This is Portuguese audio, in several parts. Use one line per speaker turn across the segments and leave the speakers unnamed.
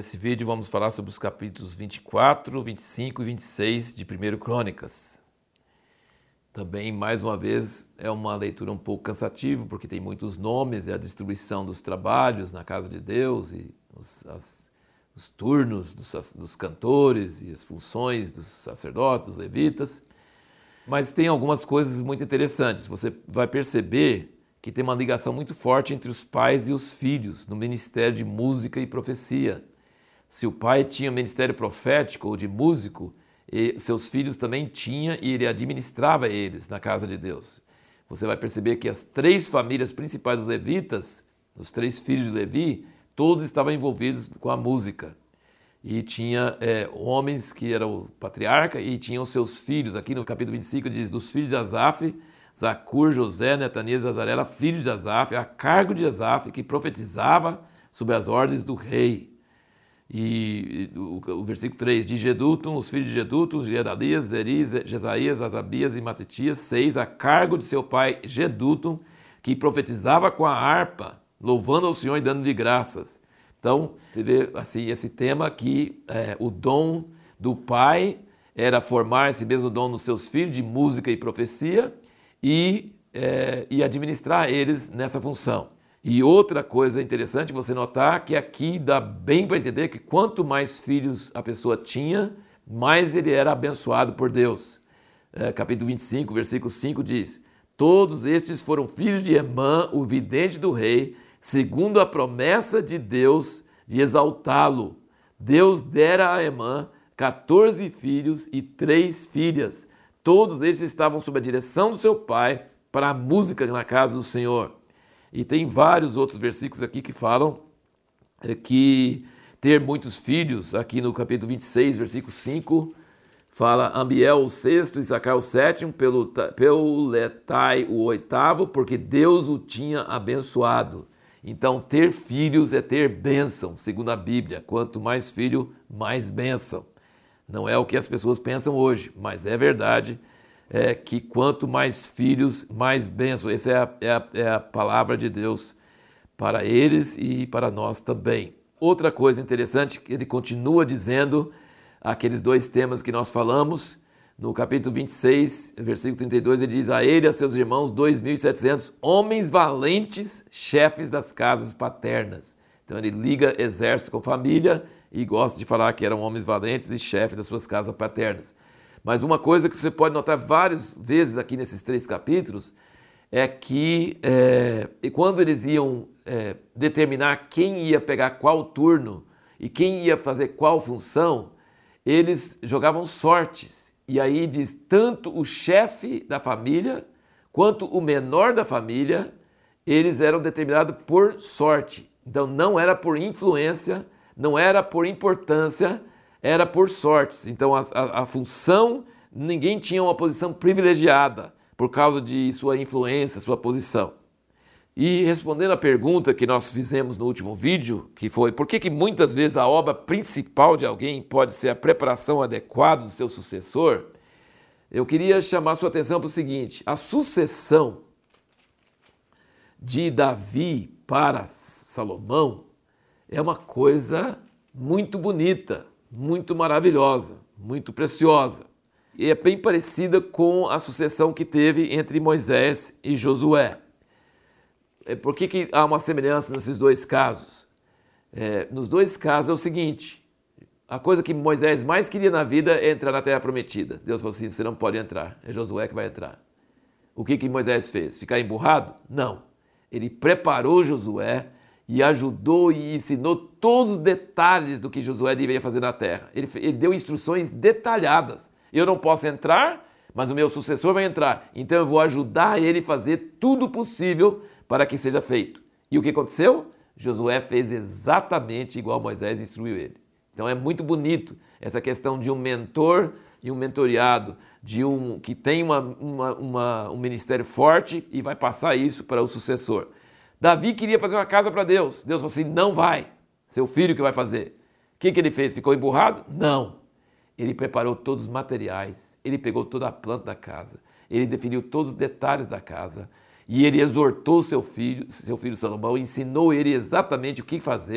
Nesse vídeo vamos falar sobre os capítulos 24, 25 e 26 de 1 Crônicas. Também, mais uma vez, é uma leitura um pouco cansativa, porque tem muitos nomes e a distribuição dos trabalhos na casa de Deus e os turnos dos cantores e as funções dos sacerdotes, dos levitas. Mas tem algumas coisas muito interessantes. Você vai perceber que tem uma ligação muito forte entre os pais e os filhos no ministério de música e profecia. Se o pai tinha ministério profético ou de músico, seus filhos também tinham e ele administrava eles na casa de Deus. Você vai perceber que as três famílias principais dos levitas, os três filhos de Levi, todos estavam envolvidos com a música. E tinha homens que eram o patriarca e tinham seus filhos. Aqui no capítulo 25 diz, dos filhos de Asaf, Zacur, José, Netanias e Azarela, filhos de Asaf, a cargo de Asaf, que profetizava sob as ordens do rei. E o versículo 3, de Jedutum, os filhos de Jedutum, Gedalias, Zeri, Jesaías, Azabias e Matitias, 6, a cargo de seu pai Jedutum, que profetizava com a harpa, louvando ao Senhor e dando-lhe graças. Então, você vê assim, esse tema que o dom do pai era formar esse mesmo dom nos seus filhos de música e profecia e administrar eles nessa função. E outra coisa interessante você notar que aqui dá bem para entender que quanto mais filhos a pessoa tinha, mais ele era abençoado por Deus. Capítulo 25, versículo 5 diz, todos estes foram filhos de Emã, o vidente do rei, segundo a promessa de Deus de exaltá-lo. Deus dera a Emã 14 filhos e 3 filhas. Todos estes estavam sob a direção do seu pai para a música na casa do Senhor. E tem vários outros versículos aqui que falam que ter muitos filhos, aqui no capítulo 26, versículo 5, fala Ambiel o sexto, Issacar o sétimo, Peuletai o oitavo, porque Deus o tinha abençoado. Então, ter filhos é ter bênção, segundo a Bíblia. Quanto mais filho, mais bênção. Não é o que as pessoas pensam hoje, mas é verdade. Que quanto mais filhos, mais bênção. Essa é a palavra de Deus para eles e para nós também. Outra coisa interessante, que ele continua dizendo, aqueles dois temas que nós falamos, no capítulo 26, versículo 32, ele diz, a ele e a seus irmãos, 2.700 homens valentes, chefes das casas paternas. Então ele liga exército com família e gosta de falar que eram homens valentes e chefes das suas casas paternas. Mas uma coisa que você pode notar várias vezes aqui nesses 3 capítulos é que quando eles iam determinar quem ia pegar qual turno e quem ia fazer qual função, eles jogavam sortes. E aí diz, tanto o chefe da família quanto o menor da família, eles eram determinados por sorte. Então não era por influência, não era por importância, era por sortes. Então a função, ninguém tinha uma posição privilegiada por causa de sua influência, sua posição. E respondendo à pergunta que nós fizemos no último vídeo, que foi por que muitas vezes a obra principal de alguém pode ser a preparação adequada do seu sucessor, eu queria chamar sua atenção para o seguinte, a sucessão de Davi para Salomão é uma coisa muito bonita, muito maravilhosa, muito preciosa. E é bem parecida com a sucessão que teve entre Moisés e Josué. Por que há uma semelhança nesses dois casos? Nos dois casos é o seguinte, a coisa que Moisés mais queria na vida é entrar na Terra Prometida. Deus falou assim, você não pode entrar, é Josué que vai entrar. O que Moisés fez? Ficar emburrado? Não. Ele preparou Josué e ajudou e ensinou todos os detalhes do que Josué deveria fazer na terra. Ele deu instruções detalhadas. Eu não posso entrar, mas o meu sucessor vai entrar. Então eu vou ajudar ele a fazer tudo possível para que seja feito. E o que aconteceu? Josué fez exatamente igual Moisés instruiu ele. Então é muito bonito essa questão de um mentor e um mentoriado, de um que tem um ministério forte e vai passar isso para o sucessor. Davi queria fazer uma casa para Deus. Deus falou assim, não vai, seu filho que vai fazer. O que ele fez? Ficou emburrado? Não. Ele preparou todos os materiais, ele pegou toda a planta da casa, ele definiu todos os detalhes da casa e ele exortou seu filho Salomão, ensinou ele exatamente o que fazer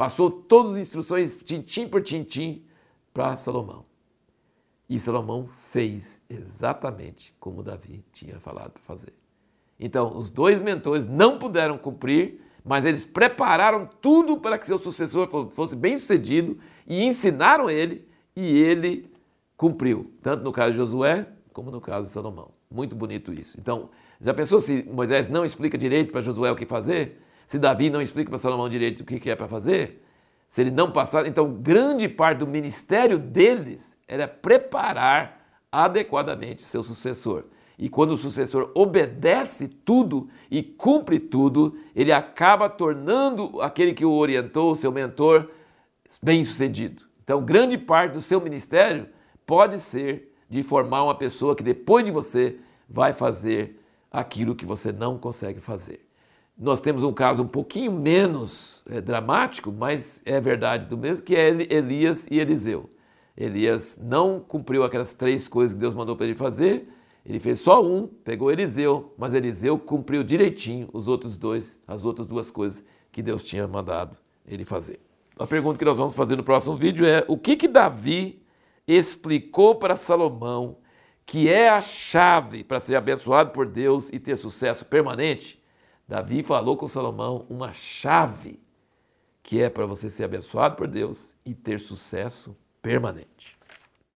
Passou todas as instruções, tintim por tintim, para Salomão. E Salomão fez exatamente como Davi tinha falado para fazer. Então, os dois mentores não puderam cumprir, mas eles prepararam tudo para que seu sucessor fosse bem sucedido e ensinaram ele, e ele cumpriu, tanto no caso de Josué como no caso de Salomão. Muito bonito isso. Então, já pensou se Moisés não explica direito para Josué o que fazer? Se Davi não explica para Salomão direito o que é para fazer? Se ele não passar, então grande parte do ministério deles era preparar adequadamente o seu sucessor. E quando o sucessor obedece tudo e cumpre tudo, ele acaba tornando aquele que o orientou, o seu mentor, bem-sucedido. Então, grande parte do seu ministério pode ser de formar uma pessoa que depois de você vai fazer aquilo que você não consegue fazer. Nós temos um caso um pouquinho menos dramático, mas é verdade do mesmo, que é Elias e Eliseu. Elias não cumpriu aquelas 3 coisas que Deus mandou para ele fazer, ele fez só um, pegou Eliseu, mas Eliseu cumpriu direitinho as outras 2 coisas que Deus tinha mandado ele fazer. A pergunta que nós vamos fazer no próximo vídeo é: o que Davi explicou para Salomão que é a chave para ser abençoado por Deus e ter sucesso permanente? Davi falou com Salomão uma chave que é para você ser abençoado por Deus e ter sucesso permanente.